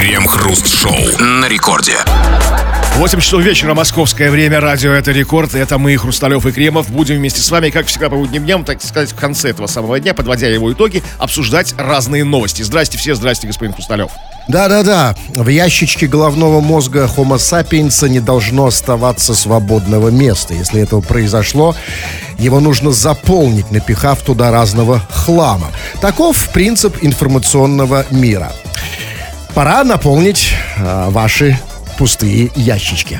Крем-хруст-шоу на рекорде. 8 часов вечера, московское время, радио «Это рекорд». Это мы, Хрусталев и Кремов, будем вместе с вами, как всегда, по будним дням, так сказать, в конце этого самого дня, подводя его итоги, обсуждать разные новости. Здрасте все, здрасте, господин Хрусталев. Да-да-да, в ящичке головного мозга Homo sapiens не должно оставаться свободного места. Если этого произошло, его нужно заполнить, напихав туда разного хлама. Таков принцип информационного мира. Пора наполнить ваши пустые ящички.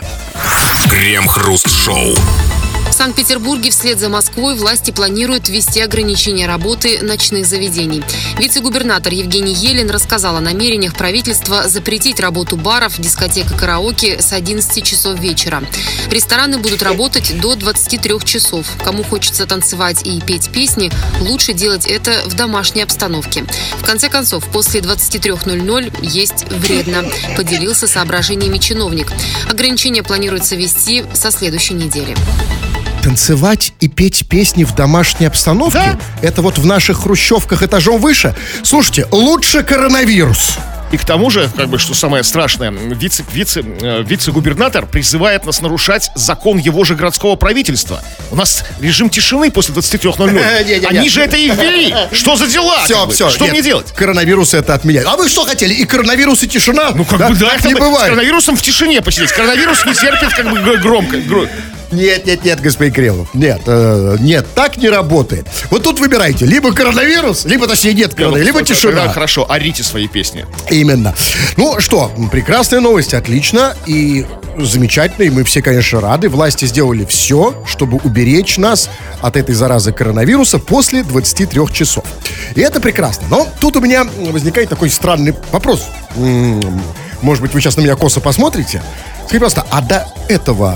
Крем-хруст-шоу. В Санкт-Петербурге вслед за Москвой власти планируют ввести ограничения работы ночных заведений. Вице-губернатор Евгений Елен рассказал о намерениях правительства запретить работу баров, дискотек и караоке с 11 часов вечера. Рестораны будут работать до 23 часов. Кому хочется танцевать и петь песни, лучше делать это в домашней обстановке. В конце концов, после 23:00 есть вредно, поделился соображениями чиновник. Ограничения планируется ввести со следующей недели. Танцевать и петь песни в домашней обстановке? Да? Это вот в наших хрущевках этажом выше? Слушайте, лучше коронавирус. И к тому же, что самое страшное, вице-губернатор призывает нас нарушать закон его же городского правительства. У нас режим тишины после 23:00. Они же это и ввели. Что за дела? Все. Что мне делать? Коронавирус это отменяет. А вы что хотели? И коронавирус, и тишина? Ну, да, не бывает. С коронавирусом в тишине посидеть. Коронавирус не терпит громко. Нет, господин Кремов. Нет, так не работает. Вот тут выбирайте. Либо коронавирус, либо, точнее, нет коронавируса, либо тишина. Хорошо, орите свои песни. Именно. Ну что, прекрасная новость, отлично. И замечательно, и мы все, конечно, рады. Власти сделали все, чтобы уберечь нас от этой заразы коронавируса после 23 часов. И это прекрасно. Но тут у меня возникает такой странный вопрос. Может быть, вы сейчас на меня косо посмотрите? Скажите просто, а до этого,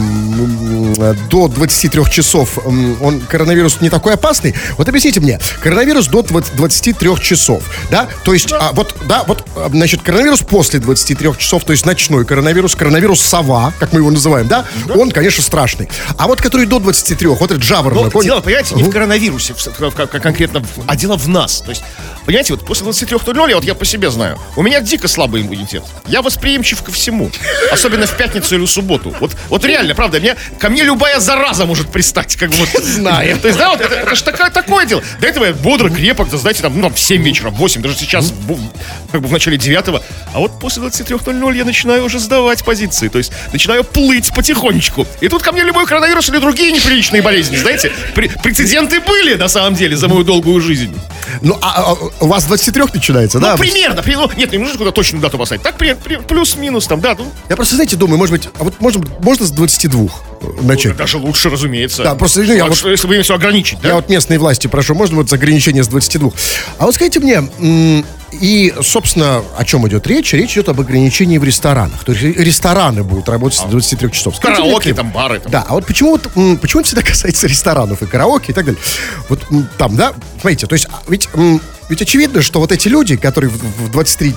до 23 часов, коронавирус не такой опасный? Вот объясните мне, коронавирус до 23 часов, да? То есть, значит, коронавирус после 23 часов, то есть ночной коронавирус сова, как мы его называем, да? Он, конечно, страшный. А вот который до 23, вот этот жаворонок. Дело, понимаете, не в коронавирусе конкретно, а дело в нас. То есть, понимаете, вот после 23:00, я по себе знаю, у меня дико слабый иммунитет. Я восприимчив ко всему. Особенно в пятницу или в субботу. Вот реально, правда, ко мне любая зараза может пристать. Знаю. То есть, да, это же такое дело. До этого я бодро, крепок, знаете, в 7 вечера, в 8, даже сейчас, в начале 9. А вот после 23:00 я начинаю уже сдавать позиции. То есть, начинаю плыть потихонечку. И тут ко мне любой коронавирус или другие неприличные болезни, знаете, прецеденты были, на самом деле, за мою долгую жизнь. Ну, а у вас 23 начинается, да? Примерно. Нет, не нужно куда точную дату поставить. Так, плюс-минус там, да. Я просто, знаете, думаю, может быть, можно с 22 начать? Даже лучше, разумеется. Да, просто, если вы все ограничить, да? Я местные власти прошу, можно ограничение с 22? А вот скажите мне, и, собственно, о чем идет речь? Речь идет об ограничении в ресторанах. То есть рестораны будут работать с 23 часов. Караоке, бары. Да, а вот почему это всегда касается ресторанов и караоке и так далее? Вот там, да, смотрите, то есть, ведь очевидно, что вот эти люди, которые в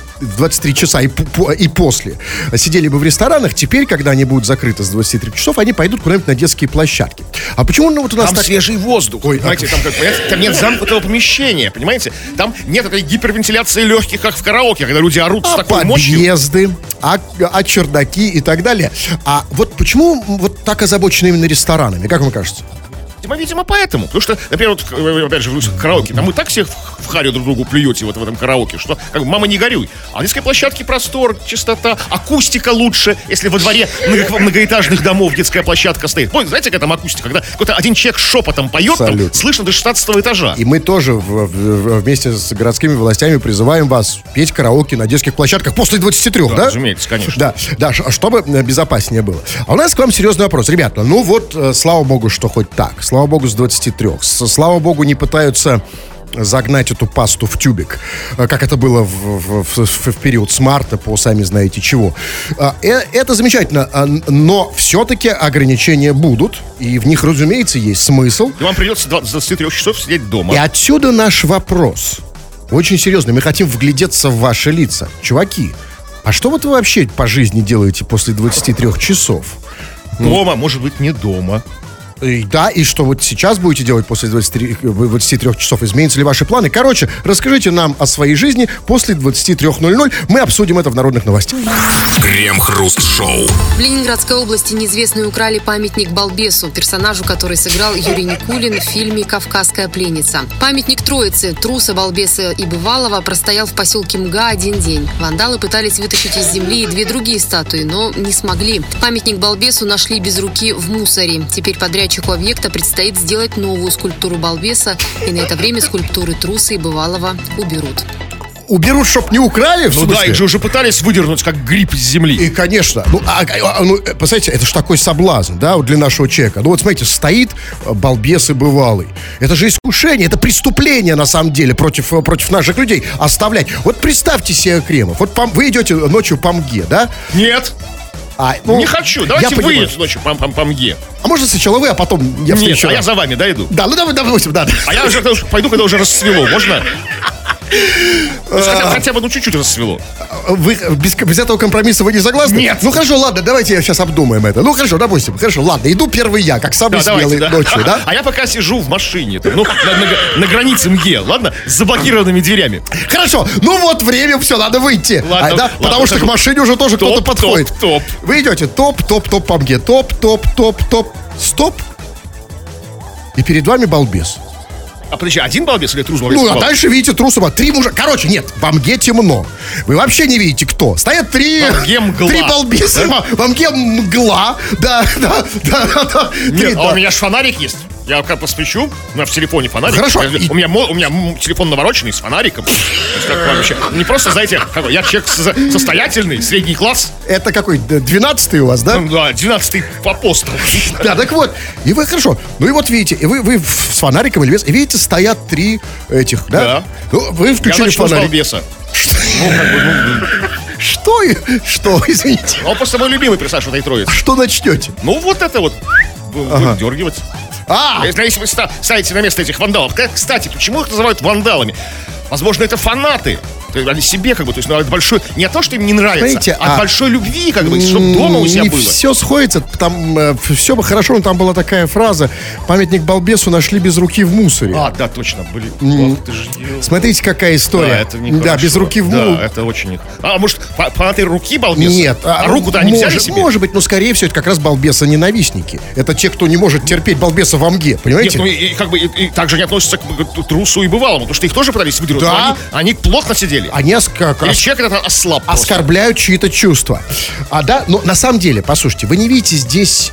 23 часа и после сидели бы в ресторанах, теперь, когда они будут закрыты с 23 часов, они пойдут куда-нибудь на детские площадки. А почему у нас там свежий воздух, понимаете, там нет замкнутого помещения, понимаете? Там нет этой гипервентиляции легких, как в караоке, когда люди орут с такой мощью. Подъезды, чердаки и так далее. А вот почему вот так озабочены именно ресторанами, как вам кажется? Видимо, поэтому. Потому что, например, опять же, в караоке, там вы так всех в харю друг другу плюете в этом караоке, что мама не горюй. А на детской площадке простор, чистота, акустика лучше, если во дворе многоэтажных домов детская площадка стоит. Знаете, какая там акустика? Когда какой-то один человек шепотом поет, там, слышно до 16 этажа. И мы тоже вместе с городскими властями призываем вас петь караоке на детских площадках после 23, да? Разумеется, конечно. Да, чтобы безопаснее было. А у нас к вам серьезный вопрос. Ребята, слава богу, что хоть так. Слава богу, с 23. Слава богу, не пытаются загнать эту пасту в тюбик, как это было в период с марта по сами знаете чего. Это замечательно, но все-таки ограничения будут, и в них, разумеется, есть смысл. И вам придется с 23 часов сидеть дома. И отсюда наш вопрос. Очень серьезный. Мы хотим вглядеться в ваши лица. Чуваки, а что вот вы вообще по жизни делаете после 23 часов? Дома, может быть, не дома. Да, и что вот сейчас будете делать после 23 часов? Изменятся ли ваши планы? Короче, расскажите нам о своей жизни после 23:00. Мы обсудим это в народных новостях. Крем-хруст-шоу. В Ленинградской области неизвестные украли памятник Балбесу, персонажу, который сыграл Юрий Никулин в фильме «Кавказская пленница». Памятник Троицы, труса, балбеса и бывалого, простоял в поселке МГА 1 день. Вандалы пытались вытащить из земли и 2 другие статуи, но не смогли. Памятник Балбесу нашли без руки в мусоре. Теперь подрядчику объекта предстоит сделать новую скульптуру Балбеса, и на это время скульптуры труса и бывалого уберут. Уберут, чтоб не украли? Ну да, их же уже пытались выдернуть, как гриб из земли. И, конечно. Посмотрите, это же такой соблазн, да, вот для нашего человека. Ну, вот смотрите, стоит балбес и бывалый. Это же искушение, это преступление, на самом деле, против наших людей оставлять. Вот представьте себе, Кремов, вот вы идете ночью по МГе, да? Нет. Не хочу, давайте вы идете ночью по МГе. А можно сначала вы, а потом я встречу? Нет, я за вами, да, иду? Да, ну давай, допустим, да. А я уже пойду, когда уже рассвело, можно? Хотя бы, чуть-чуть рассвело. Вы без этого компромисса вы не согласны? Нет. Ну хорошо, ладно, давайте сейчас обдумаем это. Ну хорошо, допустим, хорошо, ладно, иду первый я, как самый смелый ночью, да? А я пока сижу в машине, на границе МГе, ладно? С заблокированными дверями. Хорошо, ну вот время, все, надо выйти. Ладно, потому что к машине уже тоже кто-то подходит. Топ. Вы идете топ по МГе, топ, стоп. И перед вами балбес. А подожди, один балбес или трус балбес? Ну, а дальше видите трусоба. 3 мужа. Короче, нет, в МГе темно. Вы вообще не видите, кто. Стоят 3 балбеса. В МГе мгла. Да. Нет, а у меня же фонарик есть. Я как посвечу, у меня в телефоне фонарик. Хорошо. У меня телефон навороченный с фонариком. Вообще. Не просто, знаете, я человек состоятельный, средний класс. Это какой, 12-й у вас, да? Да, 12-й апостол. Да, так вот. И вы, хорошо. Ну и вот видите, и вы с фонариком или без, и видите, стоят 3 этих, да? Да. Ну, вы включили фонарик. Я начну с балбеса. Что, извините? Он просто мой любимый персонаж в этой троице. Что начнете? Ну вот это вот. Выдергивать. Если вы ставите на место этих вандалов. Кстати, почему их называют вандалами? Возможно, это фанаты. Они себе то есть большой, не от того, что им не нравится, понимаете, от большой любви, чтобы дома у себя не было. Все сходится, там все бы хорошо, но там была такая фраза: памятник балбесу нашли без руки в мусоре. Да, точно, блин. Смотрите, какая история. Да, это нехорошо. Да, без руки в мусоре. Да, это очень нехорошо. Может, фанаты руки балбеса? Нет. Руку-то они взяли себе? Может быть, но скорее всего, это как раз балбеса-ненавистники. Это те, кто не может терпеть балбеса в МГе, понимаете? Нет, и так же не относятся к трусу и бывалому, потому что их тоже пытались выдернуть, да. Но они плотно сидели. Они Или человек это ослаб просто. Оскорбляют чьи-то чувства. Но на самом деле, послушайте, вы не видите здесь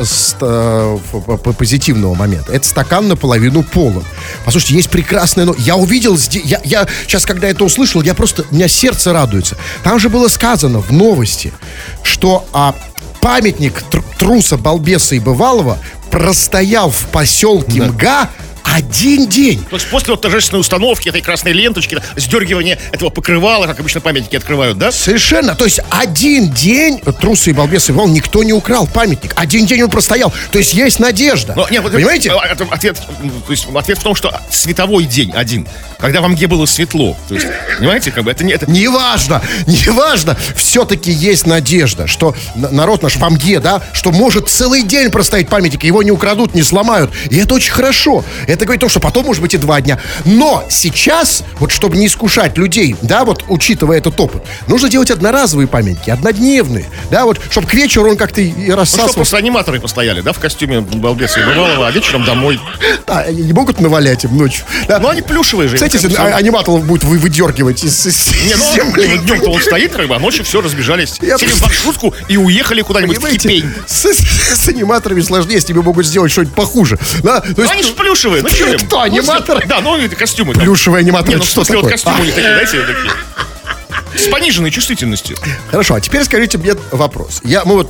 позитивного момента. Это стакан наполовину полон. Послушайте, есть прекрасное... Я увидел здесь... Я сейчас, когда это услышал, у меня сердце радуется. Там же было сказано в новости, что памятник труса, балбеса и бывалого простоял в поселке МГА 1 день. То есть после торжественной установки этой красной ленточки, сдергивания этого покрывала, как обычно памятники открывают, да? Совершенно. То есть 1 день трусы и балбесы вол никто не украл памятник. 1 день он простоял. То есть есть надежда. Понимаете? Ответ в том, что световой день один. Когда в МГе было светло. То есть, понимаете, это не это. Неважно. Все-таки есть надежда, что народ наш в МГе, да, что может целый день простоять памятник, его не украдут, не сломают. И это очень хорошо. Это говорит о том, что потом, может быть, и 2 дня. Но сейчас, вот чтобы не искушать людей, да, вот учитывая этот опыт, нужно делать одноразовые памятники, однодневные, да, вот, чтобы к вечеру он как-то и рассасывался. Чтобы просто аниматоры постояли, да, в костюме балбеса и бывалого, а вечером домой. Да, они не могут навалять им ночью. Да. Ну, они плюшевые же. Кстати, если аниматоров будет выдергивать из земли. Днем-то он стоит, а ночью все, разбежались. Сели в маршрутку и уехали куда-нибудь в Кипень. С аниматорами сложнее, с ними могут сделать что-нибудь похуже. Они же плюшевые. Кто, аниматор? Да, это костюмы. Плюшевые аниматоры, это что такое? Вот костюмы у них такие, знаете, с пониженной чувствительностью. Хорошо, а теперь скажите мне вопрос.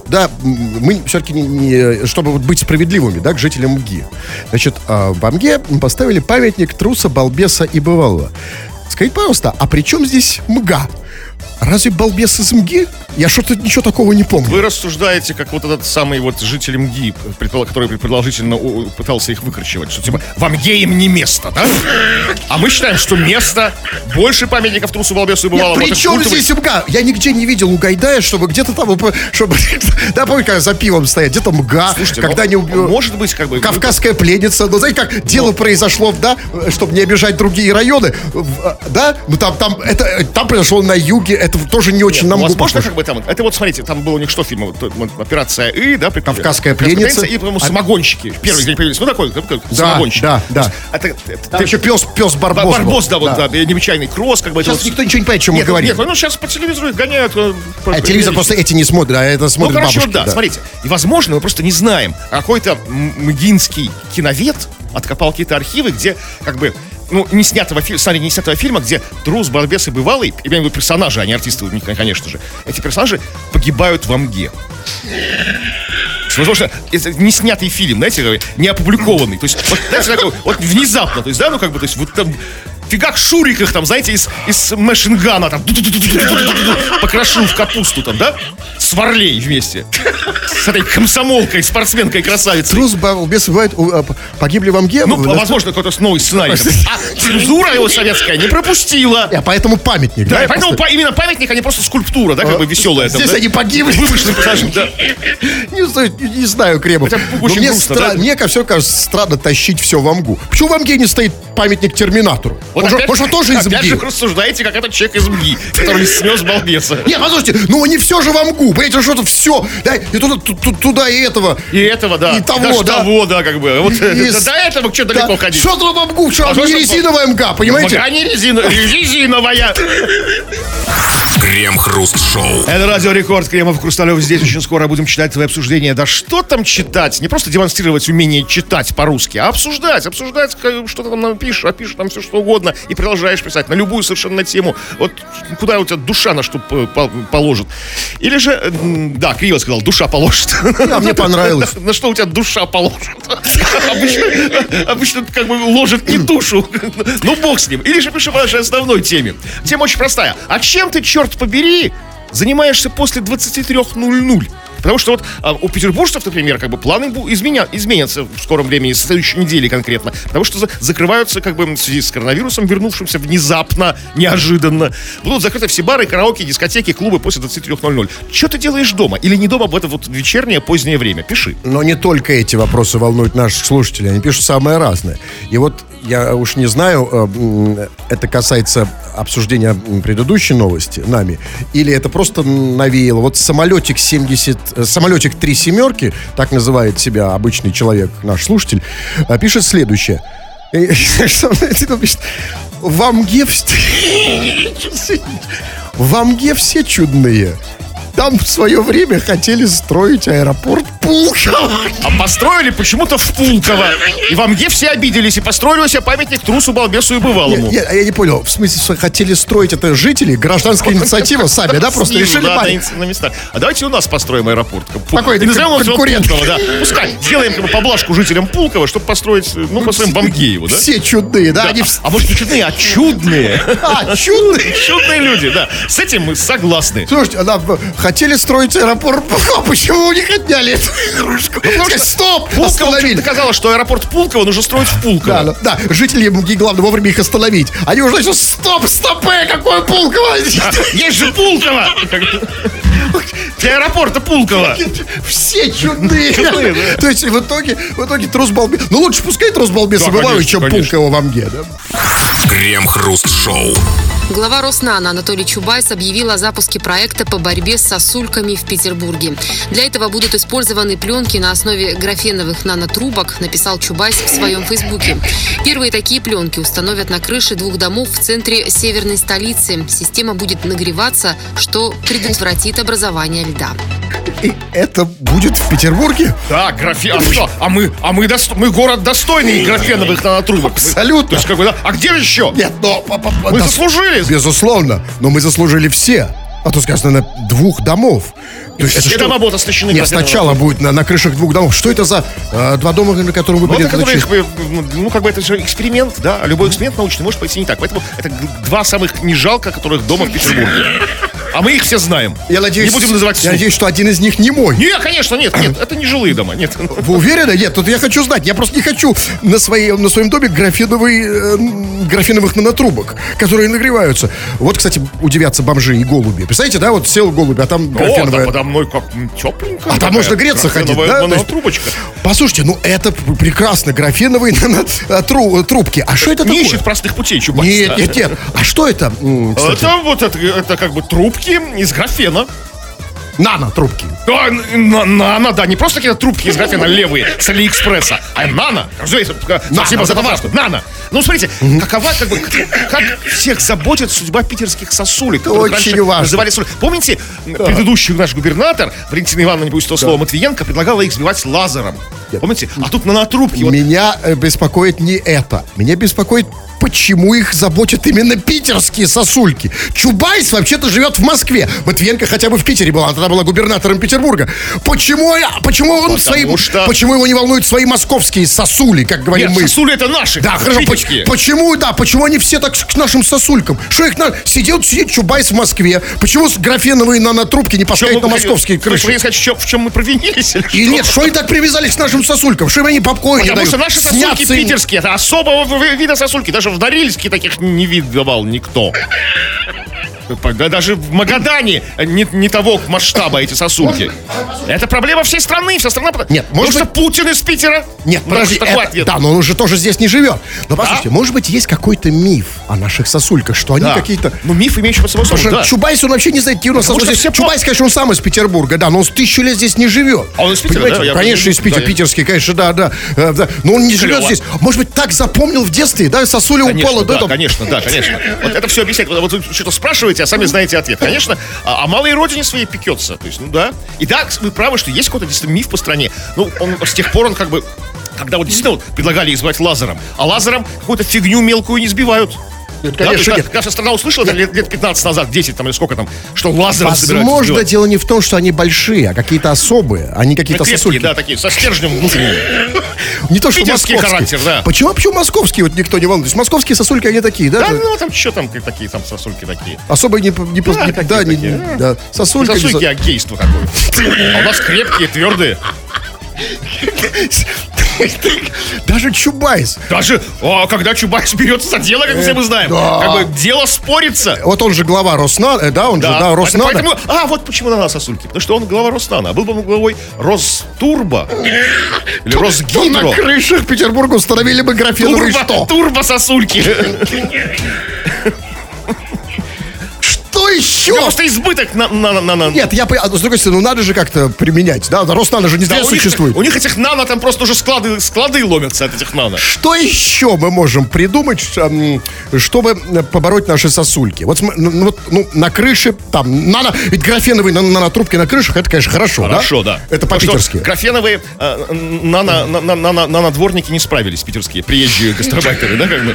Мы все-таки, чтобы быть справедливыми, да, к жителям МГИ. Значит, в МГе поставили памятник труса, балбеса и бывалого. Скажите, пожалуйста, а при чем здесь МГА? Разве балбес из МГИ? Я что-то ничего такого не помню. Вы рассуждаете, как вот этот самый вот житель МГИ, который предположительно пытался их выкручивать, что типа в МГИ им не место, да? А мы считаем, что место, больше памятников трусу, балбесу и бывалому. При чем здесь МГА? Я нигде не видел у Гайдая, чтобы где-то там, чтобы, да, помню, как за пивом стоять, где-то МГА, слушайте, когда не убил. Может быть, как бы... Кавказская пленница, ну, знаете, как дело произошло, да, чтобы не обижать другие районы, да, ну, там произошло на юге, это тоже не очень нам возможно, как бы там, это вот, смотрите, там был у них что фильм, вот, операция И, да, Кавказская пленница. И, по-моему, самогонщики. Первый день появились. Ну, такой, самогонщик. Да. Там еще пес Барбос. Барбос, да, вот, да, необычайный кросс, как бы. Сейчас никто ничего не понимает, о чем мы говорим. Нет, ну, сейчас по телевизору их гоняют. Телевизор просто эти не смотрят, а это смотрят бабушки. Ну, короче, да, смотрите. И, возможно, мы просто не знаем. Какой-то мгинский киновед откопал какие-то архивы, где, как бы, ну, не снятого фильма, где трус, балбес и бывалый, я имею в виду персонажи, а не артисты, конечно же, эти персонажи погибают в МГИ. Возможно, это не снятый фильм, знаете, не опубликованный. То есть, вот, знаете, такой, вот внезапно, то есть, да, ну, как бы, то есть, вот там фигак шуриках, там, знаете, из мэшингана, там, покрошил в капусту, там, да, с Варлей вместе. С этой комсомолкой, спортсменкой, красавицей. Трус, балбес, бывает, погибли в МГИ. Ну, возможно, какой-то новый сценарий. А цензура его советская не пропустила. А поэтому памятник, да? Поэтому именно памятник, а не просто скульптура, да, как бы веселая. Здесь они погибли. Вымышленный персонаж, да. Не знаю, Кремов. Мне все кажется странно тащить все в МГУ. Почему в МГИ не стоит памятник Терминатору? Он же тоже из МГИ. Опять же рассуждаете, как этот человек из МГИ, который снес балбеса. Нет, послушайте, ну не все же в МГУ. Понимаете, что-то все. Да, и туда, и этого. И этого, да. И того, да. Того, да, как бы. Вот до этого что далеко ходить. Что тут в МГУ? Что, не резиновая МГА, понимаете? МГА не резиновая. Крем-хруст-шоу. Это Радио Рекорд. Кремов, Хрусталев. Здесь очень скоро будем читать твои обсуждения. Да что там читать? Не просто демонстрировать умение читать по-русски, а обсуждать, что ты там напишешь, а пишешь там все что угодно и продолжаешь писать на любую совершенно тему. Вот куда у тебя душа на что положит. Или же, да, криво сказал, душа положит. А мне понравилось. На что у тебя душа положит. Обычно как бы ложит не душу. Ну, бог с ним. Или же пиши по нашей основной теме. Тема очень простая. А чем ты, черт побери, занимаешься после 23:00? Потому что вот у петербуржцев, например, как бы планы изменятся в скором времени, в следующей неделе конкретно. Потому что закрываются, как бы, в связи с коронавирусом, вернувшимся внезапно, неожиданно. Будут закрыты все бары, караоке, дискотеки, клубы после 23:00. Что ты делаешь дома? Или не дома в это вот вечернее, позднее время? Пиши. Но не только эти вопросы волнуют наших слушателей. Они пишут самое разное. И вот я уж не знаю, это касается обсуждения предыдущей новости нами, или это просто навеяло. Вот самолетик 3 семерки, так называет себя обычный человек, наш слушатель, пишет следующее. В МГИ все чудные. Там в свое время хотели строить аэропорт Пулково. А построили почему-то в Пулково. И в МГИ все обиделись и построили себе памятник трусу, балбесу и бывалому. Я не понял, в смысле, что хотели строить это жители, гражданская инициатива сами, да, просто решили на места. А давайте у нас построим аэропорт. Какой конкурент. Да. Пускай сделаем как бы поблажку жителям Пулково, чтобы построить, построим в МГИ его, да? Все чудные, да? А может не чудные, а чудные. Чудные? Чудные люди, да. С этим мы согласны. Слушайте, хотели строить аэропорт Пулково, почему у них отняли эту игрушку? Стоп! Остановили. Доказала, что аэропорт Пулково нужно строить в Пулково. Да, жители МГИ, главное вовремя их остановить. Они уже начали, стопы, какое Пулково? Есть же Пулково! Для аэропорта Пулково. Все чудные. То есть в итоге трус-балбес. Ну лучше пускай трус-балбес бывают, чем Пулково в МГИ, да? Крем-хруст-шоу. Глава Роснано Анатолий Чубайс объявил о запуске проекта по борьбе с сосульками в Петербурге. Для этого будут использованы пленки на основе графеновых нанотрубок, написал Чубайс в своем фейсбуке. Первые такие пленки установят на крыше 2 домов в центре северной столицы. Система будет нагреваться, что предотвратит образование льда. И это будет в Петербурге? Да, мы город достойный графеновых нанотрубок. Абсолютно. То есть, как бы, да? А где еще? Нет, но... Мы заслужили. Безусловно, но мы заслужили все. А то сказано 2 домов. То есть все дома будут оснащены. Нет, сначала будет на крышах 2 домов. Что это за 2 дома, на которые вы будете начать? Это же эксперимент, да. Любой эксперимент научный может пойти не так. Поэтому это 2 самых не жалко, которых дома в Петербурге. А мы их все знаем. Я надеюсь, не будем называть я вслух. надеюсь, что один из них не мой. Нет, конечно, нет, это не жилые дома, нет. Вы уверены? Нет, тут я хочу знать. Я просто не хочу на своем доме графиновых нанотрубок, которые нагреваются. Вот, кстати, удивятся бомжи и голуби. Представляете, да, вот сел голубь, а там О, да, графиновая... подо мной как тепленько. А там можно греться ходить, да? То есть- трубочка. Послушайте, ну это прекрасно, графиновые трубки. А что это Не такое? ищет простых путей, Чубайс. Нет, да. нет, нет. А что это, кстати? Это как бы трубки из графена. Нано-трубки. Да, нано, да, не просто какие-то трубки из графена левые с Алиэкспресса, а нано. Разумеется, спасибо за товар. Нано. Ну, смотрите, как всех заботит судьба питерских сосулек. которых Очень раньше важно. называли соли. Помните, предыдущий наш губернатор, Валентина Ивановна, не боюсь этого слова, Матвиенко, предлагала их сбивать лазером. Помните? А тут нанотрубки. Вот. Меня беспокоит не это. Меня беспокоит, почему их заботят именно питерские сосульки. Чубайс вообще-то живет в Москве. Матвиенко хотя бы в Питере была. Она тогда была губернатором Петербурга. Почему его не волнуют свои московские сосули, как говорим Нет, мы? сосули это наши. Да, хорошо. питерские. Почему они все так к нашим сосулькам? Что их сидит Чубайс в Москве? Почему графеновые нанотрубки не поставить на московские крыши? Вы хотите сказать, в чем мы провинились? или И что? нет, что они так привязались к нашим сосулькам? Что им они попкорн не Потому дают? что наши сосульки Снятся им. питерские, это особого вида сосульки. Даже в Норильске таких не видывал никто. Да даже в Магадане не того масштаба эти сосульки. Это проблема всей страны. Вся страна... Нет, может Потому что Путин из Питера. Нет, подожди, такой ответ. да, но он уже тоже здесь не живет. Но послушайте, может быть, есть какой-то миф о наших сосульках, что они Да. какие-то... Ну, миф, имеющий под собой Потому смысл, что да. Чубайс, он вообще не знает, какие у нас Потому сосульки. что все Чубайс, конечно, он сам из Петербурга, да, но он 1000 лет здесь не живет. А он из Питера, Понимаете? да? Я Конечно, из понимаю, да, питерский, конечно, да. Но он не живет Клево. здесь. Может быть, так запомнил в детстве, да, сосуля Конечно, упала. да, там. конечно. Вот это все объясняет. Вот вы что-то спрашиваете, а сами знаете ответ. Конечно, о малой родине своей пекется. То есть, ну да. И да, вы правы, что есть какой-то действительно миф по стране. Ну, с тех пор он как бы... Когда вот действительно вот предлагали их сбивать лазером, а лазером какую-то фигню мелкую не сбивают. Нет, Да, конечно, то есть, нет. когда наша страна услышала это лет 15 назад, 10 там или сколько там, что лазером собираются Возможно, сбивать. дело не в том, что они большие, а какие-то особые. Они какие-то Крепкие, сосульки. да, такие, со стержнем внутренним. Не то, что Питерский московские. характер, да. Почему московские вот никто не волнует? То есть московские сосульки, они такие, да? Да, ну там что там, такие там сосульки такие. Особо не такие. да, сосулька. Сосульки, а гейство какое. А у нас крепкие, твердые. Даже Чубайс. Даже, когда Чубайс берется за дело, как все мы знаем, да. как бы дело спорится. Вот он же глава Роснано, да, он же, да, Роснано. Поэтому, вот почему на нас сосульки. Потому что он глава Роснано, а был бы он главой Ростурбо или То на Росгидро. крышах Петербурга установили бы графеновые что? Турбо-сосульки. Что еще? Просто избыток на... Нет, с другой стороны, надо же как-то применять, да, Роснано же не зря существует. У них этих нано там просто уже склады ломятся от этих нано. Что еще мы можем придумать, чтобы побороть наши сосульки? Вот, на крыше, там, ведь графеновые нанотрубки на крышах, это, конечно, хорошо, Хорошо, да. Это Потому что по-питерски. графеновые нанодворники не справились, питерские, приезжие гастробайтеры, да, как бы.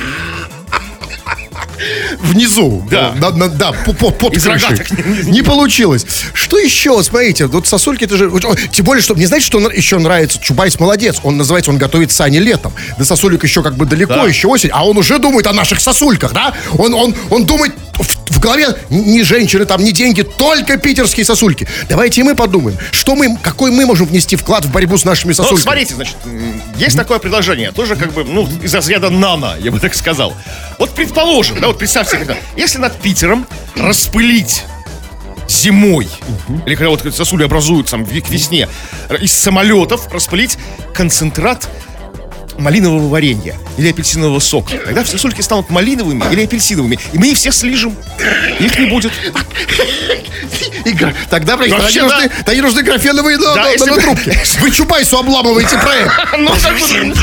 Внизу. Да. Да, под Из крышей. рогаток. Не получилось. Что еще? Смотрите, вот сосульки, это же... Тем более, что мне знаете, что еще нравится? Чубайс молодец. Он готовит сани летом. До сосулек еще как бы далеко, Да. еще осень. А он уже думает о наших сосульках, да? Он думает в голове не женщины, там, не деньги, только питерские сосульки. Давайте и мы подумаем, какой мы можем внести вклад в борьбу с нашими Ну, сосульками. смотрите, значит, есть такое предложение, тоже как бы, из разряда нано, я бы так сказал. Вот предположим, да, вот представьте, если над Питером распылить зимой, или когда вот сосули образуются к весне, из самолетов распылить концентрат малинового варенья или апельсинового сока. Тогда все сосульки станут малиновыми или апельсиновыми, и мы их всех слижем. Их не будет. Тогда Вообще, не нужны графеновые если бы- трубки. Вы Чубайсу обламываете проект. Ну, так-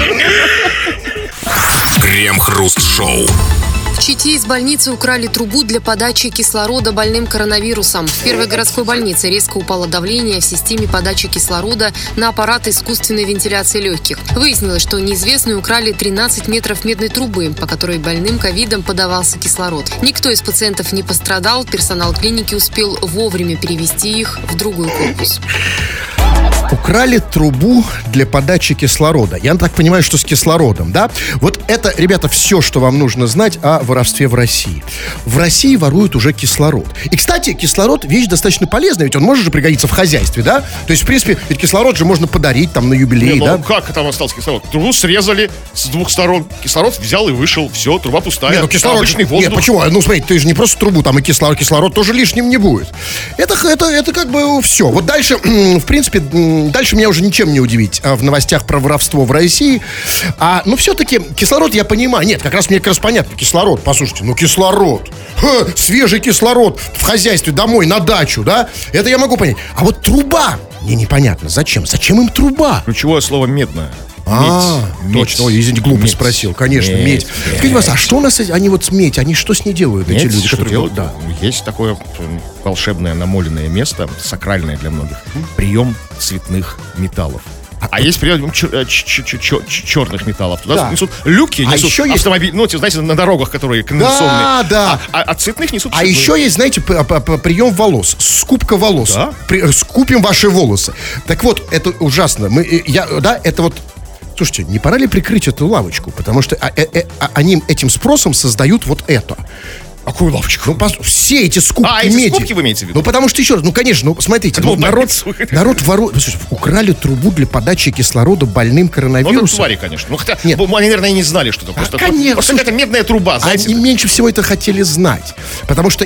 Крем-хруст-шоу. В Чите из больницы украли трубу для подачи кислорода больным коронавирусом. В первой городской больнице резко упало давление в системе подачи кислорода на аппарат искусственной вентиляции легких. Выяснилось, что неизвестные украли 13 метров медной трубы, по которой больным ковидом подавался кислород. Никто из пациентов не пострадал, персонал клиники успел вовремя перевести их в другой корпус. Украли трубу для подачи кислорода. Я так понимаю, что с кислородом, да? Вот это, ребята, все, что вам нужно знать о воровстве в России. В России воруют уже кислород. И, кстати, кислород вещь достаточно полезная, ведь он может же пригодиться в хозяйстве, да? То есть, в принципе, ведь кислород же можно подарить там на юбилей, да? Как там остался кислород? Трубу срезали с двух сторон. Кислород взял и вышел. Все, труба пустая. Ну, кислород... Обычный воздух. Нет, почему? Ну, смотрите, ты же не просто трубу, там и кислород тоже лишним не будет. Это как бы все. Вот дальше, в принципе, дальше меня уже ничем не удивить в новостях про воровство в России. Но все-таки кислород я понимаю. Нет, как раз мне понятно. Кислород, послушайте, кислород. Свежий кислород в хозяйстве, домой, на дачу, да? Это я могу понять. А вот труба, мне непонятно. Зачем? Зачем им труба? Ключевое слово медное. Медь. Точно, ой, извините, глупо спросил. Конечно, медь. Скажите, вас, а что у нас, они вот медь, они что с ней делают, эти люди? Что делают? Да. Есть такое волшебное намоленное место, сакральное для многих. Прием цветных металлов. А есть прием черных металлов. Туда несут люки, несут автомобиль, знаете, на дорогах, которые канализационные. Да. А цветных несут. А еще есть, знаете, прием волос, скупка волос. Да? Скупим ваши волосы. Так вот, это ужасно. Это вот. Слушайте, не пора ли прикрыть эту лавочку? Потому что они этим спросом создают вот это. Какую лавочку? Все эти скупки эти меди. скупки вы имеете в виду? Потому что, еще раз, конечно, смотрите, народ ворует. Слушайте, украли трубу для подачи кислорода больным коронавирусом. Это твари, конечно. Хотя, они, наверное, и не знали, что это. Просто какая-то медная труба, знаете. Они меньше всего это хотели знать. Потому что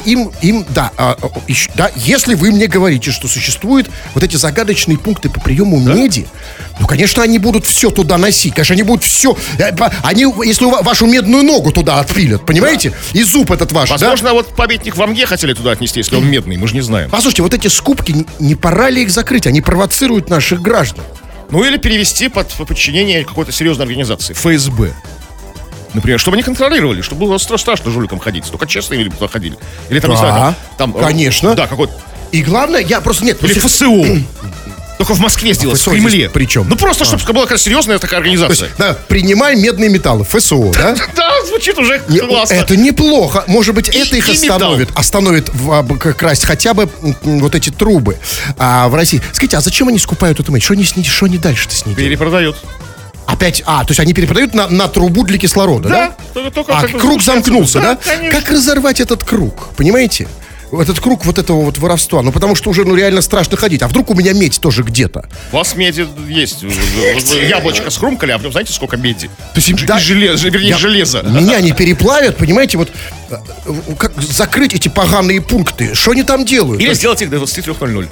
если вы мне говорите, что существуют вот эти загадочные пункты по приему меди, конечно, они будут все туда носить. Конечно, они будут все... если вашу медную ногу туда отпилят, понимаете? И зуб этот ваш. Возможно, вот памятник в Амге хотели туда отнести, если он медный, мы же не знаем. Послушайте, вот эти скупки, не пора ли их закрыть? Они провоцируют наших граждан. Или перевести под подчинение какой-то серьезной организации, ФСБ. Например, чтобы они контролировали, чтобы было страшно жуликам ходить. Только честные люди туда ходили. Или там, не знаю, там... Конечно. Да, какой-то... И главное, Или ФСУ. Только в Москве сделать, в Кремле. Причем? Просто, чтобы была какая-то серьезная такая организация. Принимай медные металлы, ФСО, да? Да, звучит уже классно. Это неплохо. Может быть, это их остановит красть хотя бы вот эти трубы в России. Скажите, а зачем они скупают эту медь? Что они дальше-то с ней делают? Перепродают. Опять, то есть они перепродают на трубу для кислорода, да? Да. Круг замкнулся, да? Конечно. Как разорвать этот круг, понимаете? Этот круг вот этого вот воровства. Потому что уже, реально страшно ходить. А вдруг у меня медь тоже где-то? У вас меди есть. Яблочко схрумкали, а потом знаете, сколько меди? То есть, железа. Меня не переплавят, понимаете, вот как закрыть эти поганые пункты? Что они там делают? Или сделать их до 23:00.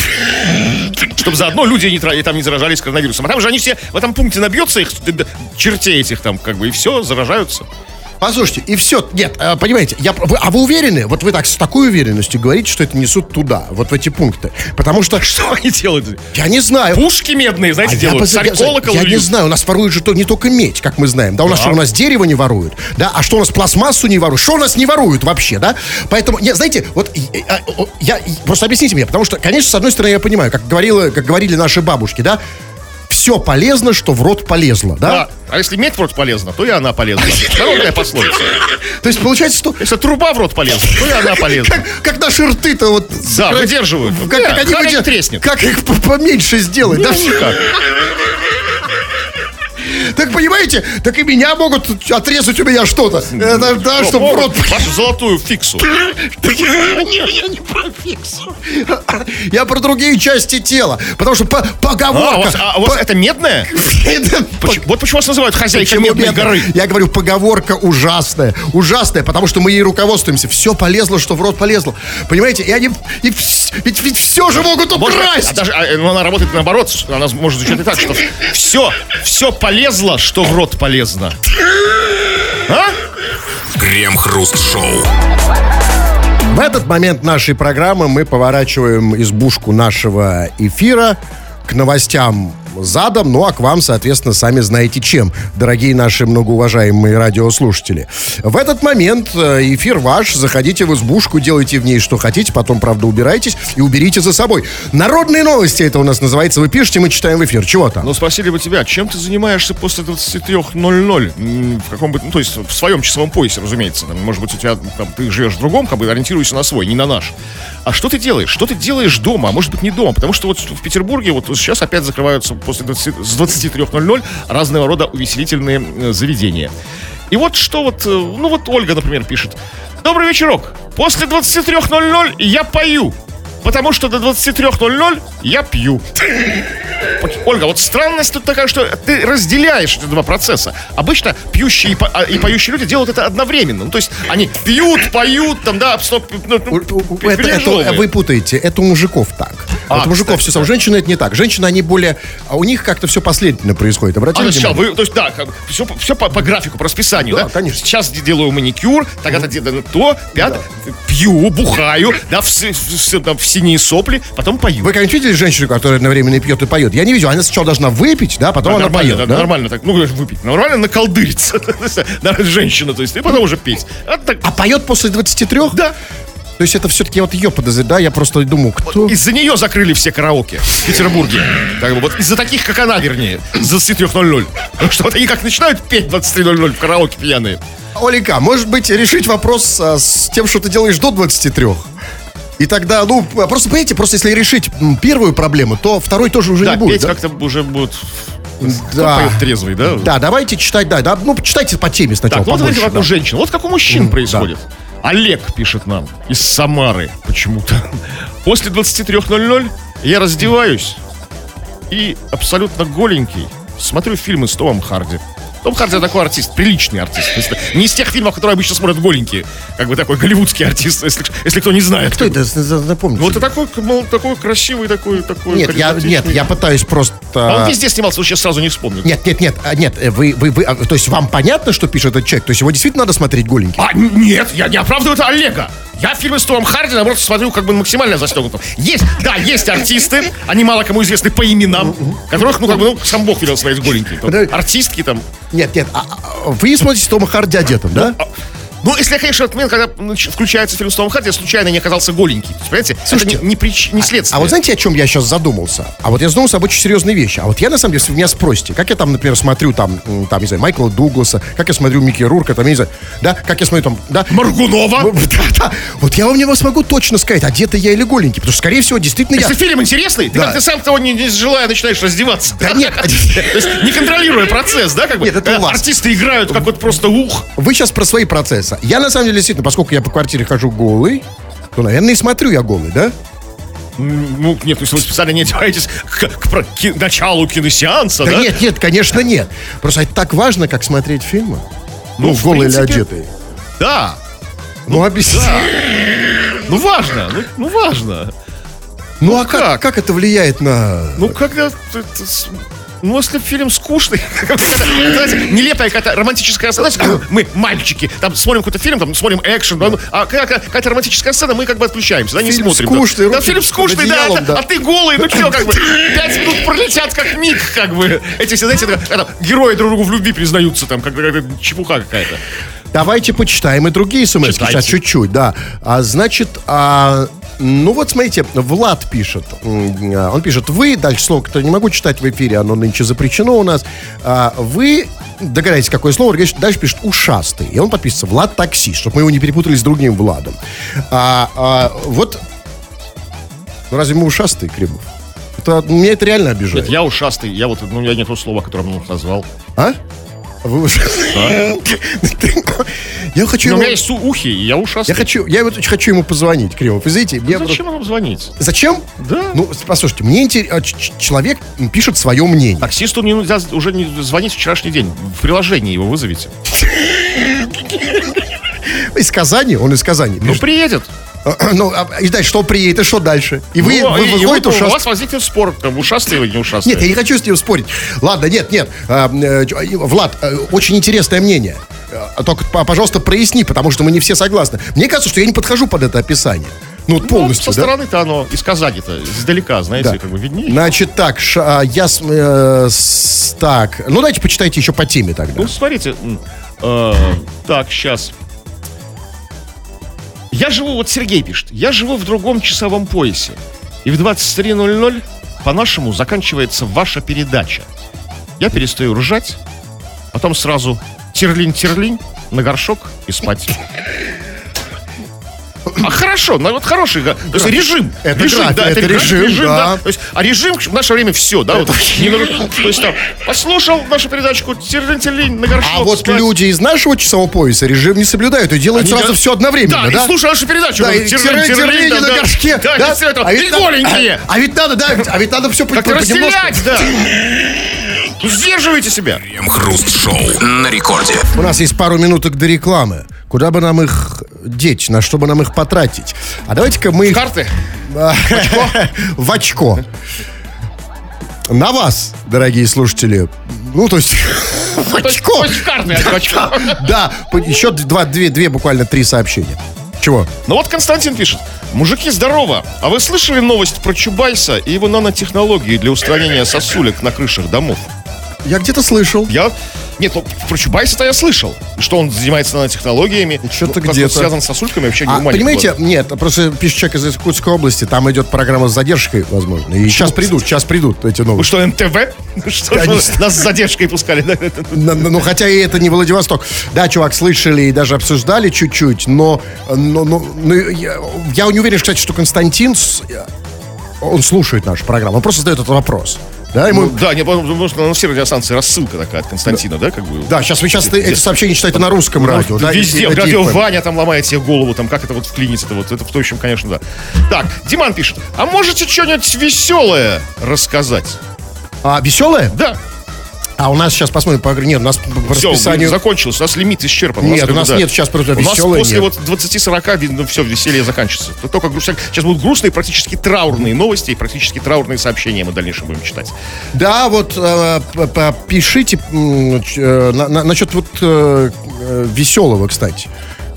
Чтобы заодно люди там не заражались коронавирусом. А там же они все в этом пункте набьется их чертей этих там, и все, заражаются. Послушайте, и все. Нет, понимаете, вы уверены? Вот вы так с такой уверенностью говорите, что это несут туда, вот в эти пункты. Потому что... Что они делают? Я не знаю. Пушки медные, знаете, делают. Я не знаю, у нас воруют же не только медь, как мы знаем. Да, у нас что, у нас дерево не воруют? Да, а что у нас пластмассу не воруют? Что у нас не воруют вообще, да? Поэтому, знаете, вот просто объясните мне, потому что, конечно, с одной стороны, я понимаю, как говорили наши бабушки, да, все полезно, что в рот полезло, да? А если медь в рот полезна, то и она полезна. Народная пословица. То есть получается, что... Если труба в рот полезна, то и она полезна. Как наши рты-то вот... Да, выдерживают. Как треснет. Как их поменьше сделать, да? Никак. Так понимаете, так и меня могут отрезать у меня что-то. Да, чтобы в рот... Вашу золотую фиксу. Я не про фиксу. Я про другие части тела. Потому что поговорка... А у вас это медная? Вот почему вас называют хозяйкой медной горы. Я говорю, поговорка ужасная. Ужасная, потому что мы ей руководствуемся. Все полезло, что в рот полезло. Понимаете, и они... Ведь все же могут украсть. Даже она работает наоборот. Она может звучать и так, что все полезло, что в рот полезно. Крем-хруст-шоу. В этот момент нашей программы мы поворачиваем избушку нашего эфира к новостям задом, ну а к вам, соответственно, сами знаете чем, дорогие наши многоуважаемые радиослушатели. В этот момент эфир ваш, заходите в избушку, делайте в ней что хотите, потом, правда, убирайтесь и уберите за собой. Народные новости это у нас называется, вы пишете, мы читаем в эфир. Чего там? Ну, спросили бы тебя, чем ты занимаешься после 23:00? В каком бы, ну, то есть в своем часовом поясе, разумеется. Может быть, у тебя там, ты живешь в другом, как бы ориентируйся на свой, не на наш. А что ты делаешь? Что ты делаешь дома? А может быть, не дома? Потому что вот в Петербурге вот сейчас опять закрываются с 23:00 разного рода увеселительные заведения. И вот что вот, ну вот Ольга, например, пишет. Добрый вечерок. После 23:00 я пою. Потому что до 23:00 я пью. Ольга, вот странность тут такая, что ты разделяешь эти два процесса. Обычно пьющие и поющие люди делают это одновременно. Ну, то есть они пьют, поют, там, да, это вы путаете, это у мужиков так. Вот у мужиков все. У женщин это не так. Женщины, они более... А у них как-то все последовательно происходит. Обратите внимание? То есть, да, все по графику, по расписанию, да? Конечно. Сейчас делаю маникюр, тогда то, пятое, пью, бухаю, да, в синие сопли, потом пою. Вы когда-нибудь видели женщину, которая одновременно и пьет, и поет? Я не видел. Она сначала должна выпить, да, потом она поет. Да, нормально так, ну, выпить. Нормально наколдыриться. Женщина, то есть, и потом уже петь. А поет после 23? Да. То есть это все-таки вот ее подозреваю, да? Я просто думаю, кто... Вот из-за нее закрыли все караоке в Петербурге. Как бы, вот из-за таких, как она, вернее, с 23:00. Потому что вот они как начинают петь 23:00 в караоке пьяные. Оленька, может быть, решить вопрос с тем, что ты делаешь до 23? И тогда, ну, просто, понимаете, просто если решить первую проблему, то второй тоже уже не будет. Да, петь как-то уже будет... Да. Поет трезвый, да? Да, давайте читать, да, ну, читайте по теме сначала. Так, вот побольше, смотрите, как у женщин. Вот как у мужчин происходит. Да. Олег пишет нам из Самары почему-то. После 23:00 я раздеваюсь и абсолютно голенький смотрю фильмы с Томом Харди. Том Харди такой артист, приличный артист. Не из тех фильмов, которые обычно смотрят голенькие. Как бы такой голливудский артист, если кто не знает. Кто это? Напомните. Вот такой красивый, такой Нет, я пытаюсь просто... А он везде снимался, сейчас сразу не вспомню. Нет, вы, то есть вам понятно, что пишет этот человек? То есть его действительно надо смотреть голеньким? Нет, я не оправдываю это Олега. Я фильмы с Томом Харди, наоборот, смотрю как бы максимально застегнутым. Есть артисты, они мало кому известны по именам, которых, ну, как бы, ну, сам Бог велел смотреть голенькие. Артистки там. Нет, вы смотрите Тома Харди одетым, да? Ну, если я, конечно, отмен, когда включается фильм с Томом Харди, я случайно не оказался голенький. Понимаете? Слушайте, это не следствие. А вот знаете, о чем я сейчас задумался? А вот я задумался об очень серьезной вещи. А вот я, на самом деле, если вы меня спросите, как я там, например, смотрю там, не знаю, Майкла Дугласа, как я смотрю Микки Рурка, там, я не знаю, да, как я смотрю там, да. Моргунова. Да. Вот я вам не смогу точно сказать, одетый я или голенький, потому что, скорее всего, действительно если фильм интересный, ты как-то сам того не желая начинаешь раздеваться. Да нет. То есть не контролируя процесс, да, как бы. Нет, это у вас. Артисты играют как вот просто ух. Вы сейчас про свои процессы. Я, на самом деле, действительно, поскольку я по квартире хожу голый, то, наверное, и смотрю я голый, да? Ну, нет, то есть вы специально не одеваетесь к началу киносеанса, да? Нет, конечно, нет. Просто это так важно, как смотреть фильмы. Ну, голый или одетый. Да. Ну, объясни. Да. Ну, важно. Ну, важно. Ну, а как это влияет на... Ну, когда... Ну, если фильм скучный, нелепая какая-то романтическая сцена, знаете, мы, мальчики, там смотрим какой-то фильм, там смотрим экшен, а какая-то романтическая сцена, мы как бы отключаемся, да, не фильм смотрим. Скучный, да, фильм скучный, да, а ты голый, ну что, как бы, 5 минут пролетят как миг, как бы. Эти все, знаете, герои друг другу в любви признаются, там, как чепуха какая-то. Давайте почитаем и другие смс-ки сейчас чуть-чуть, да. Значит, ну вот смотрите, Влад пишет. Он пишет: вы, дальше слово, которое не могу читать в эфире, оно нынче запрещено у нас. Вы догадайтесь, какое слово, дальше пишет ушастый. И он подписывается Влад таксист, чтобы мы его не перепутали с другим Владом. Вот. Ну разве мы ушастые, Кремов? Меня это реально обижает. Нет, я ушастый, я не то слово, которое он назвал. А? Вы ушастый? Я хочу ему... У меня есть ухи, и я ушастый. Я вот хочу ему позвонить, Кремов. Извините, зачем ему звонить? Зачем? Да. Ну, послушайте, мне интересно, человек пишет свое мнение. Таксисту нельзя уже не звонить в вчерашний день. В приложении его вызовите. Из Казани? Он из Казани. Ну, приедет. Ну, и дальше, что приедет, и что дальше? И вы выходите ушастый. У вас возникнет спор, ушастый или не ушастый. Нет, я не хочу с ним спорить. Ладно, нет. Влад, очень интересное мнение. Только, пожалуйста, проясни, потому что мы не все согласны. Мне кажется, что я не подхожу под это описание. Ну, полностью, со стороны-то оно, из Казани-то, издалека, знаете, Да. как бы виднее. Значит, так, так, ну давайте почитайте еще по теме тогда. Ну, смотрите, так, сейчас. Сергей пишет, я живу в другом часовом поясе. И в 23:00 по-нашему заканчивается ваша передача. Я перестаю ржать, потом сразу терлинь-терлинь на горшок и спать. А хорошо, ну вот хороший, то есть режим. Это режим, график, да, это режим, да. То есть, а режим в наше время все, да, вот, то есть там, послушал нашу передачку, терлинь-терлинь на горшок. А вот спать. люди из нашего часового пояса режим не соблюдают и делают сразу все одновременно, да? и слушай нашу передачу. Да, и терлинь на горшке. Да, да? все это, А ведь голенькие. А ведь надо все Как-то разделять, да. Ну, сдерживайте себя. Крем-хруст-шоу на рекорде. У нас есть пару минуток до рекламы. Куда бы нам их деть, на что бы нам их потратить? А давайте-ка мы их... Карты? В очко. На вас, дорогие слушатели. Ну, то есть... В очко. То есть карты, а не очко. Да, еще две, буквально 3 сообщения. Чего? Ну вот Константин пишет. Мужики, здорово. А вы слышали новость про Чубайса и его нанотехнологии для устранения сосулек на крышах домов? Я где-то слышал. Нет, про Чубайса-то я слышал. Что он занимается нанотехнологиями. Что-то как где-то. он связан с сосульками, вообще не ума не понимаете, приходит. нет, просто пишет человек из Иркутской области, там идет программа с задержкой, возможно. И сейчас придут эти Вы новости. что, НТВ? Что Конечно. нас с задержкой пускали? Да? Ну, хотя и это не Владивосток. Да, чувак, слышали и даже обсуждали чуть-чуть, но я не уверен, кстати, что Константин, он слушает нашу программу, он просто задает этот вопрос. Да, ему... Да, не, потому что на все радиостанции рассылка такая от Константина, да, как бы. Да, сейчас вы эти сообщения читаете на русском радио. Да, Везде, и- и- радио и- Ваня там ломает себе голову, там как это вот вклинится-то, вот это в общем, конечно, да. Так, Диман пишет, а можете что-нибудь веселое рассказать? Веселое? Да, А у нас сейчас посмотрим, нет, у нас по все, расписанию... закончилось, у нас лимит исчерпан. Нет, как у бы, нас да. нет сейчас просто У нас веселое после нет. вот 20-40, видно, все, веселье заканчивается. Только грустно. Сейчас будут грустные, практически траурные новости и практически траурные сообщения мы в дальнейшем будем читать. Да, вот пишите насчет вот веселого, кстати.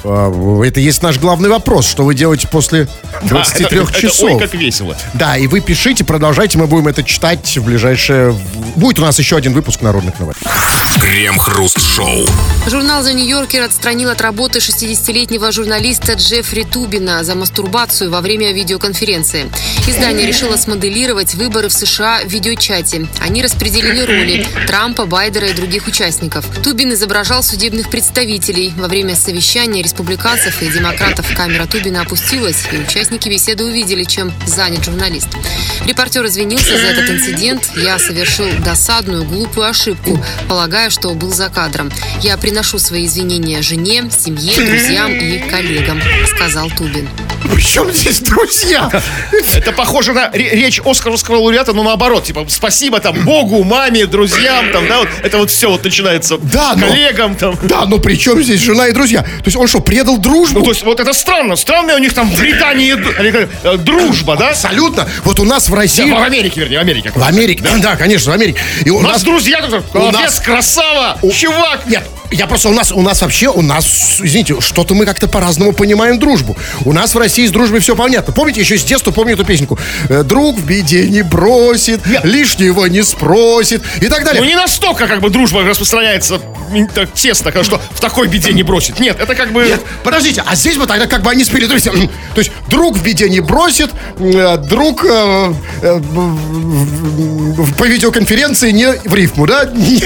Это есть наш главный вопрос, что вы делаете после 23 это часов. ой, как весело. Да, и вы пишите, продолжайте, мы будем это читать в ближайшее... Будет у нас еще один выпуск народных новостей. Крем-хруст-шоу. Журнал The New Yorker отстранил от работы 60-летнего журналиста Джеффри Тубина за мастурбацию во время видеоконференции. Издание решило смоделировать выборы в США в видеочате. Они распределили роли Трампа, Байдена и других участников. Тубин изображал судебных представителей. Во время совещания республиканцев и демократов камера Тубина опустилась, и участники беседы увидели, чем занят журналист. Репортер извинился за этот инцидент. «Я совершил досадную, глупую ошибку, полагая, что был за кадром. Я приношу свои извинения жене, семье, друзьям и коллегам», сказал Тубин. Причем здесь друзья? Это похоже на речь оскаровского лауреата, но наоборот, типа, спасибо там Богу, маме, друзьям, там, да, вот это вот все вот начинается, Да, но- коллегам, там. Да, но при чем здесь жена и друзья? То есть он что, предал дружбу? Ну, то есть, вот это странно. Странная у них там в Британии дружба, да? Абсолютно. Вот у нас в России... В Америке, вернее, в Америке. В Америке, да, конечно, в Америке. И У нас друзья, молодец, нас- красава, чувак. Нет, я просто у нас вообще, извините, что-то мы как-то по-разному понимаем дружбу. У нас в России с дружбой все понятно. Помните, еще с детства помню эту песенку? Друг в беде не бросит, лишнего не спросит и так далее. Ну, не настолько, как бы, дружба распространяется так тесно, что в такой беде не бросит. Нет, это как бы... Нет, подождите, а здесь бы тогда как бы они спели. То есть друг в беде не бросит, друг по видеоконференции не в рифму, да?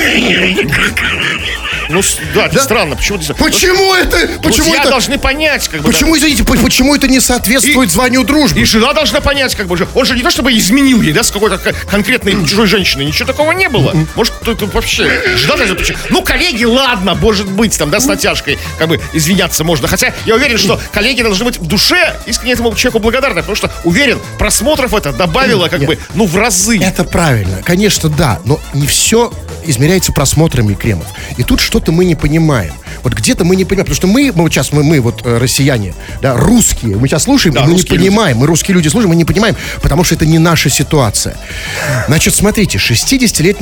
Ну, да, это странно. Почему это... Почему это? Почему Друзья это? должны понять, как бы... Почему, извините, почему это не соответствует званию дружбы? И жена должна понять, как бы же. Он же не то чтобы изменил ей, да, с какой-то конкретной чужой женщиной. Ничего такого не было. Может, это вообще. Жена должна почему. Ну, коллеги, ладно, может быть, там, да, с натяжкой, как бы извиняться можно. Хотя я уверен, что коллеги должны быть в душе искренне этому человеку благодарны. Потому что, уверен, просмотров это добавило, как бы, ну, в разы. Это правильно, конечно, да, но не все измеряется просмотрами кремов. И тут что-то мы не понимаем. Вот где-то мы не понимаем, потому что мы вот сейчас, мы вот россияне, да, русские, мы сейчас слушаем, Да, и мы не русские понимаем, мы русские люди слушаем, мы не понимаем, потому что это не наша ситуация. Значит, смотрите, 60-летний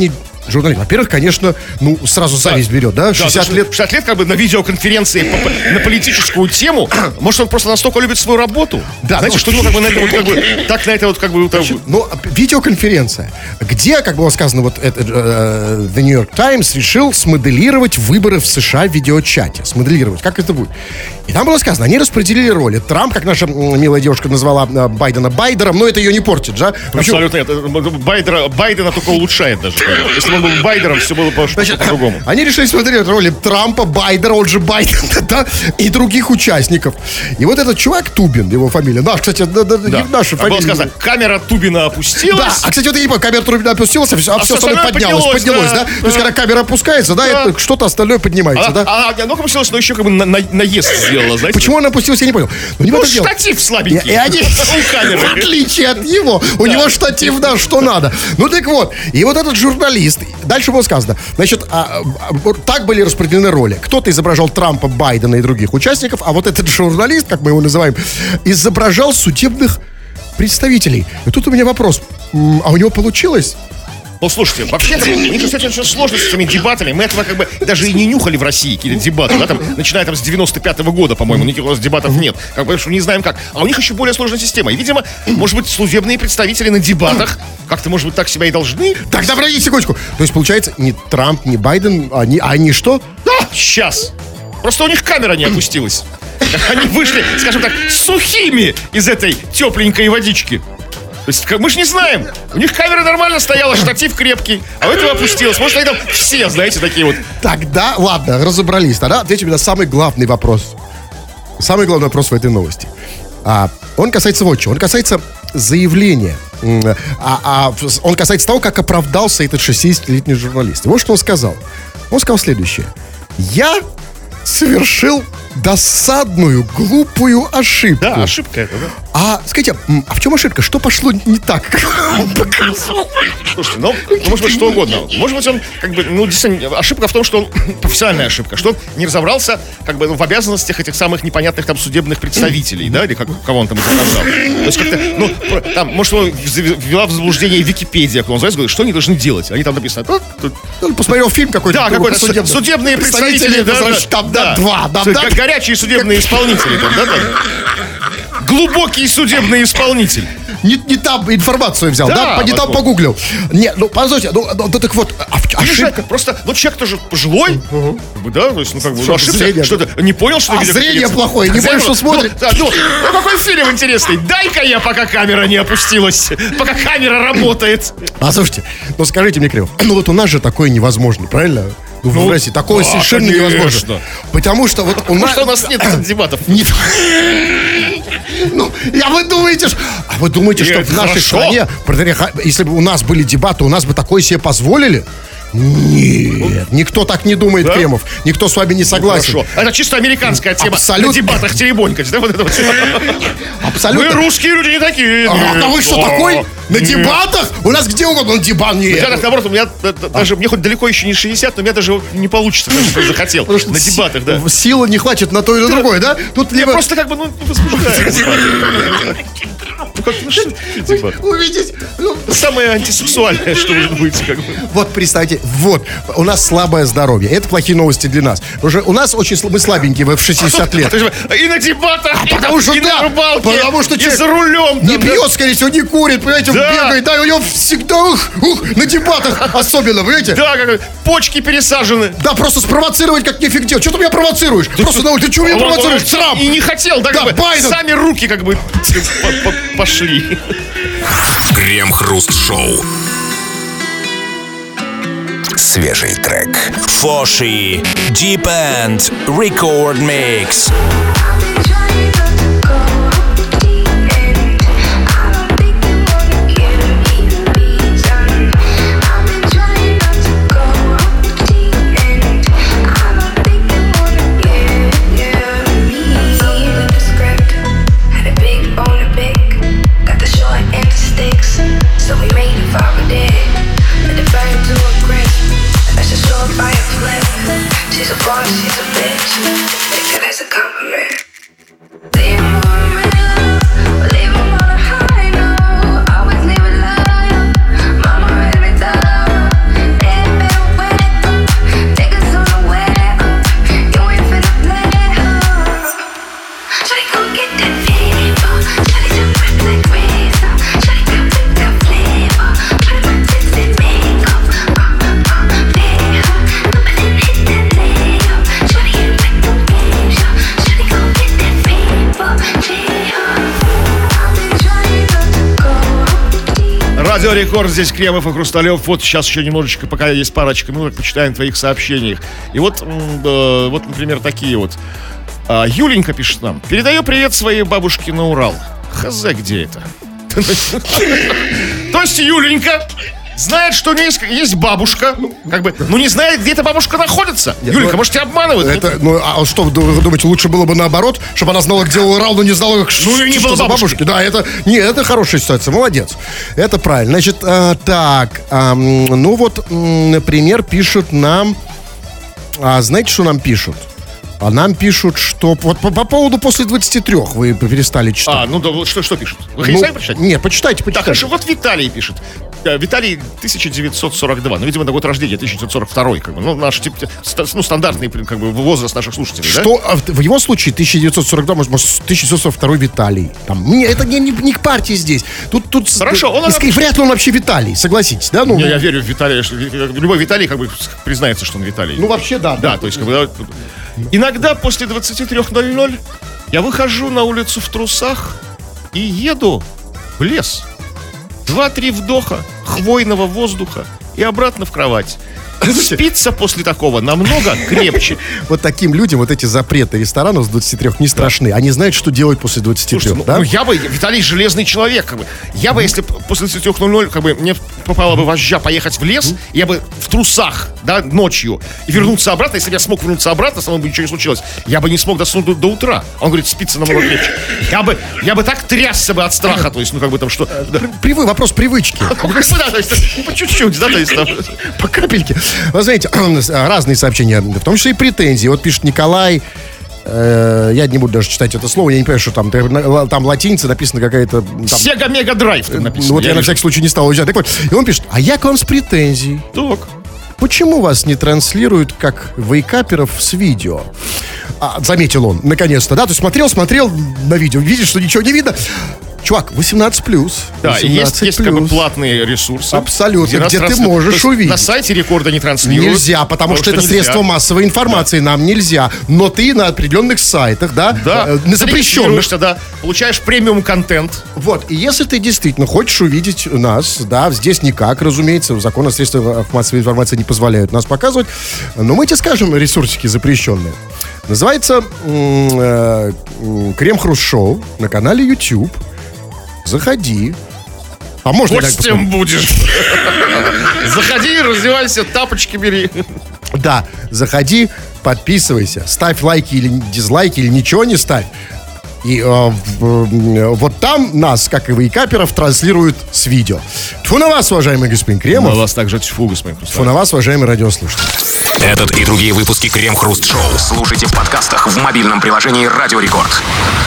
журналист. Во-первых, конечно, сразу зависть берет, да? 60 лет. 60 лет как бы на видеоконференции на политическую тему. Может, он просто настолько любит свою работу? Да, знаете, что как бы на это вот как бы так на это вот как бы. Видеоконференция, где, как было сказано, вот это The New York Times решил смоделировать выборы в США в видеочате. Смоделировать, как это будет. И там было сказано, они распределили роли. Трамп, как наша милая девушка назвала Байдена Байдером, но это ее не портит, да? Абсолютно нет. Байдена только улучшает даже. Если бы он был Байдером, все было бы по-другому. Они решили смотреть роли Трампа, Байдера, он же Байден, да, и других участников. И вот этот чувак Тубин, его фамилия, кстати, наша фамилия. Было сказано, камера Тубина опустилась. Да, кстати, вот я не понимаю, камера Тубина опустилась, а все остальное поднялось, да? То есть, когда камера опускается, да, что-то остальное поднимается, да? Она опустилась, но еще как бы наезд сделала, знаете. Почему она опустилась, я не понял. Штатив слабенький. И они, в отличие от него, у него штатив, да, что надо. Ну так вот, и вот этот журналист, дальше было сказано, значит, так были распределены роли. Кто-то изображал Трампа, Байдена и других участников, а вот этот журналист, как мы его называем, изображал судебных представителей. И тут у меня вопрос, а у него получилось? Ну, слушайте, вообще-то, у них же с этим очень сложно, с этими дебатами. Мы этого как бы даже и не нюхали в России, какие-то дебаты, да, там, начиная там с 95-го года, по-моему, никаких у нас дебатов нет. Как бы, что не знаем как. А у них еще более сложная система. И, видимо, может быть, служебные представители на дебатах как-то, может быть, так себя и должны. Тогда, подожди секундочку. То есть, получается, ни Трамп, ни Байден, они что? Да, сейчас. Просто у них камера не опустилась. Они вышли, скажем так, сухими из этой тепленькой водички. То есть мы же не знаем. У них камера нормально стояла, штатив крепкий, а у этого опустилось. Может, они там все, знаете, такие вот. Тогда, ладно, разобрались. Тогда ответьте мне на самый главный вопрос. Самый главный вопрос в этой новости. Он касается вот чего. Он касается заявления. Он касается того, как оправдался этот 60-летний журналист. И вот что он сказал. Он сказал следующее. Я совершил досадную, глупую ошибку. Да, ошибка это, да. Скажите, а в чем ошибка? Что пошло не так? Слушайте, может быть, что угодно. Может быть, он, как бы, действительно, ошибка в том, что он, профессиональная ошибка, что он не разобрался, как бы, в обязанностях этих самых непонятных там судебных представителей, да, или кого он там изображал. То есть как-то, там, может, он ввела в заблуждение Википедия, он говорит, что они должны делать. Они там написано. Он посмотрел фильм какой-то. Да, какой-то судебные представители. Да, два. Горячие судебные исполнители, да. Глубокий судебный исполнитель. Не там информацию взял, да? Не там погуглил. Не, позвольте, так вот, ошибка. Просто, человек тоже пожилой, да, то есть, ошибка. Что-то не понял, что ли? Зрение плохое, не понял, что смотрит. Какой фильм интересный. Дай-ка я, пока камера не опустилась, пока камера работает. Слушайте, скажите мне, Кривов, вот у нас же такое невозможно, правильно? В России такое совершенно невозможно. Потому что вот у нас... у нас нет дебатов. Нет. Вы думаете, что в нашей стране, если бы у нас были дебаты, у нас бы такое себе позволили? Нет, никто так не думает, да? Кремов. Никто с вами не согласен. Хорошо. Это чисто американская тема. Абсолютно. На дебатах теребонькать, да? Вот это вот. Абсолютно. Мы русские люди не такие. А вы что, такой? На дебатах? У нас где угодно дебат не... Наоборот, у меня даже, мне хоть далеко еще не 60, но у меня даже не получится, как я захотел. На дебатах, да. Силы не хватит на то или другое, да? Тут либо... просто как бы, возбуждаю. Увидеть. Самое антисексуальное, что может быть, как бы. Вот, представьте, у нас слабое здоровье. Это плохие новости для нас. Уже у нас мы слабенькие в 60 лет. И на дебатах, потому что, и на рыбалке, потому что и за рулем. Не пьет, скорее всего, не курит, понимаете, бегает, да, у него всегда, на дебатах особенно, понимаете? Да, как почки пересажены. Да, просто спровоцировать как нифиг делать. Что ты меня провоцируешь? Просто, ты что меня провоцируешь? Срам! И не хотел, да, как бы, сами руки как бы пошли. Крем-хруст-шоу. Свежий трек. Фоши Deep End Record Mix. She's a boss, she's a bitch. Take that as a compliment. Leave Радио Рекорд, здесь Кремов и Хрусталев. Вот сейчас еще немножечко, пока есть парочка минут, почитаем твоих сообщениях. И вот, например, такие вот. Юленька пишет нам: передаю привет своей бабушке на Урал. Хз, где это? То есть Юленька знает, что у нее есть бабушка, не знает, где эта бабушка находится. Юленька, может, тебя обманывают? А что, вы думаете, лучше было бы наоборот, чтобы она знала, где Урал, но не знала, и не было за бабушки? Да, это хорошая ситуация, молодец. Это правильно. Значит, например, пишут нам... знаете, что нам пишут? А нам пишут, что... Вот по поводу после 23 вы перестали читать. Что пишут? Вы хотите сами прочитать? Нет, почитайте. Так, хорошо, вот Виталий пишет. Виталий 1942. Виталий, год рождения, 1942. Наш стандартный возраст наших слушателей. Что в его случае 1942, может, 1942 Виталий. Это не к партии здесь. Тут хорошо, вряд ли он вообще Виталий, согласитесь, да? Я верю в Виталия. Любой Виталий признается, что он Виталий. Вообще, да. Да, то есть, иногда после 23:00 я выхожу на улицу в трусах и еду в лес. 2-3 вдоха хвойного воздуха и обратно в кровать. Спится после такого намного крепче. Вот таким людям вот эти запреты ресторанов с 23 не страшны. Они знают, что делать после 23. Слушайте, да? Виталий железный человек. Я бы, если после 23:00 мне попала бы вожжа поехать в лес, я бы в трусах, ночью, и вернуться обратно, если бы я смог вернуться обратно, со мной бы ничего не случилось, я бы не смог доснуть до утра. Он говорит, спится намного крепче. Я бы так трясся бы от страха, то есть, что... Вопрос привычки. По чуть-чуть, то есть, по капельке. Вы знаете, разные сообщения, в том числе и претензии. Вот пишет Николай, я не буду даже читать это слово, я не понимаю, что там латиница написана какая-то... Sega Mega Drive там написано. Я на всякий случай не стал уезжать. И он пишет, а я к вам с претензией. Так. Почему вас не транслируют как вейкаперов с видео? Заметил он, наконец-то, да? То есть смотрел на видео, видишь, что ничего не видно. Чувак, 18+. Да, есть платные ресурсы. Абсолютно, где ты можешь увидеть. На сайте Рекорда не транслируют. Нельзя, потому что это средство массовой информации, нам нельзя. Но ты на определенных сайтах, на запрещенных. Получаешь премиум-контент. Вот, и если ты действительно хочешь увидеть нас, здесь никак, разумеется, закон о средствах массовой информации не позволяют нас показывать, но мы тебе скажем ресурсики запрещенные. Называется Крем-Хруст-шоу на канале YouTube. Заходи. А можно гостем будешь. Заходи, раздевайся, тапочки бери. Да, заходи, подписывайся, ставь лайки или дизлайки, или ничего не ставь. И вот там нас, как и вейкаперов, транслируют с видео. Тьфу на вас, уважаемый господин Кремов. На вас также тьфу, господин Хрусталев. Тьфу на вас, уважаемые радиослушатели. Этот и другие выпуски Крем-Хруст Шоу слушайте в подкастах в мобильном приложении Радио Рекорд.